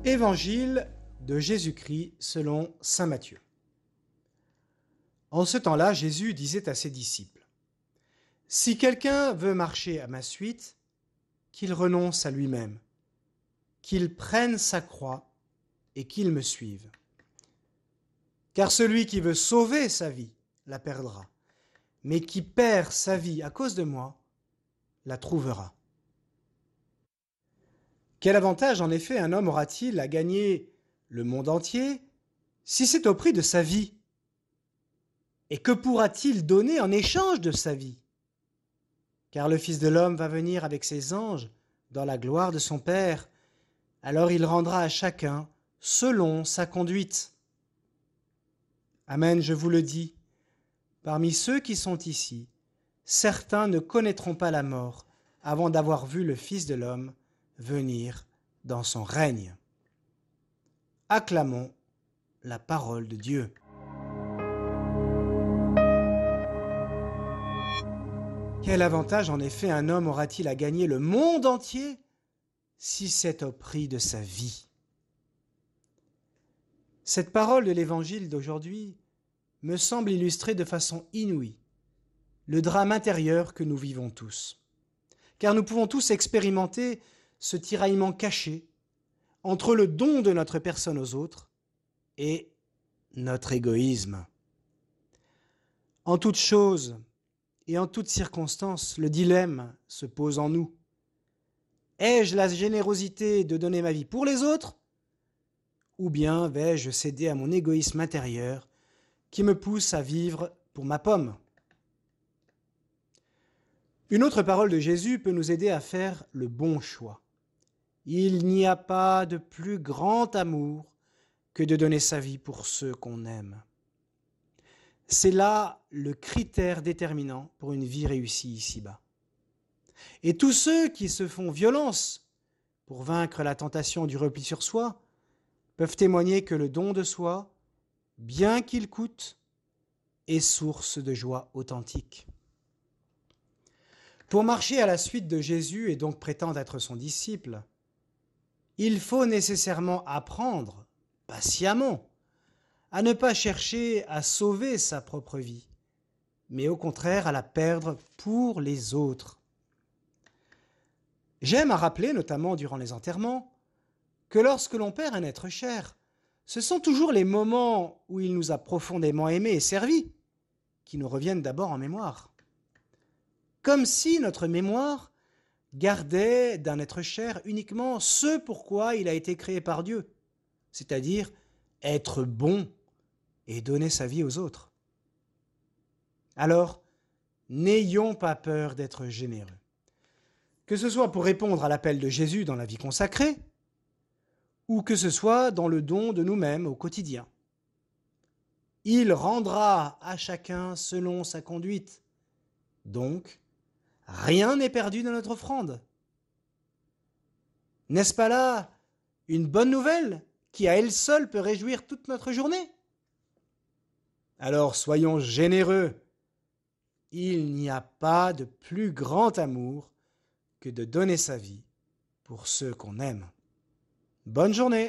Évangile de Jésus-Christ selon saint Matthieu. En ce temps-là, Jésus disait à ses disciples : « Si quelqu'un veut marcher à ma suite, qu'il renonce à lui-même, qu'il prenne sa croix et qu'il me suive. Car celui qui veut sauver sa vie la perdra, mais qui perd sa vie à cause de moi la trouvera. » Quel avantage en effet un homme aura-t-il à gagner le monde entier si c'est au prix de sa vie ? Et que pourra-t-il donner en échange de sa vie ? Car le Fils de l'homme va venir avec ses anges dans la gloire de son Père, alors il rendra à chacun selon sa conduite. Amen, je vous le dis, parmi ceux qui sont ici, certains ne connaîtront pas la mort avant d'avoir vu le Fils de l'homme venir dans son règne. Acclamons la parole de Dieu. Quel avantage en effet un homme aura-t-il à gagner le monde entier si c'est au prix de sa vie ? Cette parole de l'Évangile d'aujourd'hui me semble illustrer de façon inouïe le drame intérieur que nous vivons tous. Car nous pouvons tous expérimenter ce tiraillement caché entre le don de notre personne aux autres et notre égoïsme. En toute chose et en toute circonstance, le dilemme se pose en nous. Ai-je la générosité de donner ma vie pour les autres, ou bien vais-je céder à mon égoïsme intérieur qui me pousse à vivre pour ma pomme ? Une autre parole de Jésus peut nous aider à faire le bon choix. Il n'y a pas de plus grand amour que de donner sa vie pour ceux qu'on aime. C'est là le critère déterminant pour une vie réussie ici-bas. Et tous ceux qui se font violence pour vaincre la tentation du repli sur soi peuvent témoigner que le don de soi, bien qu'il coûte, est source de joie authentique. Pour marcher à la suite de Jésus et donc prétendre être son disciple, il faut nécessairement apprendre, patiemment, à ne pas chercher à sauver sa propre vie, mais au contraire à la perdre pour les autres. J'aime à rappeler, notamment durant les enterrements, que lorsque l'on perd un être cher, ce sont toujours les moments où il nous a profondément aimés et servis qui nous reviennent d'abord en mémoire. Comme si notre mémoire gardait d'un être cher uniquement ce pourquoi il a été créé par Dieu, c'est-à-dire être bon et donner sa vie aux autres. Alors, n'ayons pas peur d'être généreux. Que ce soit pour répondre à l'appel de Jésus dans la vie consacrée, ou que ce soit dans le don de nous-mêmes au quotidien. Il rendra à chacun selon sa conduite. Donc, rien n'est perdu dans notre offrande. N'est-ce pas là une bonne nouvelle qui à elle seule peut réjouir toute notre journée ? Alors soyons généreux. Il n'y a pas de plus grand amour que de donner sa vie pour ceux qu'on aime. Bonne journée!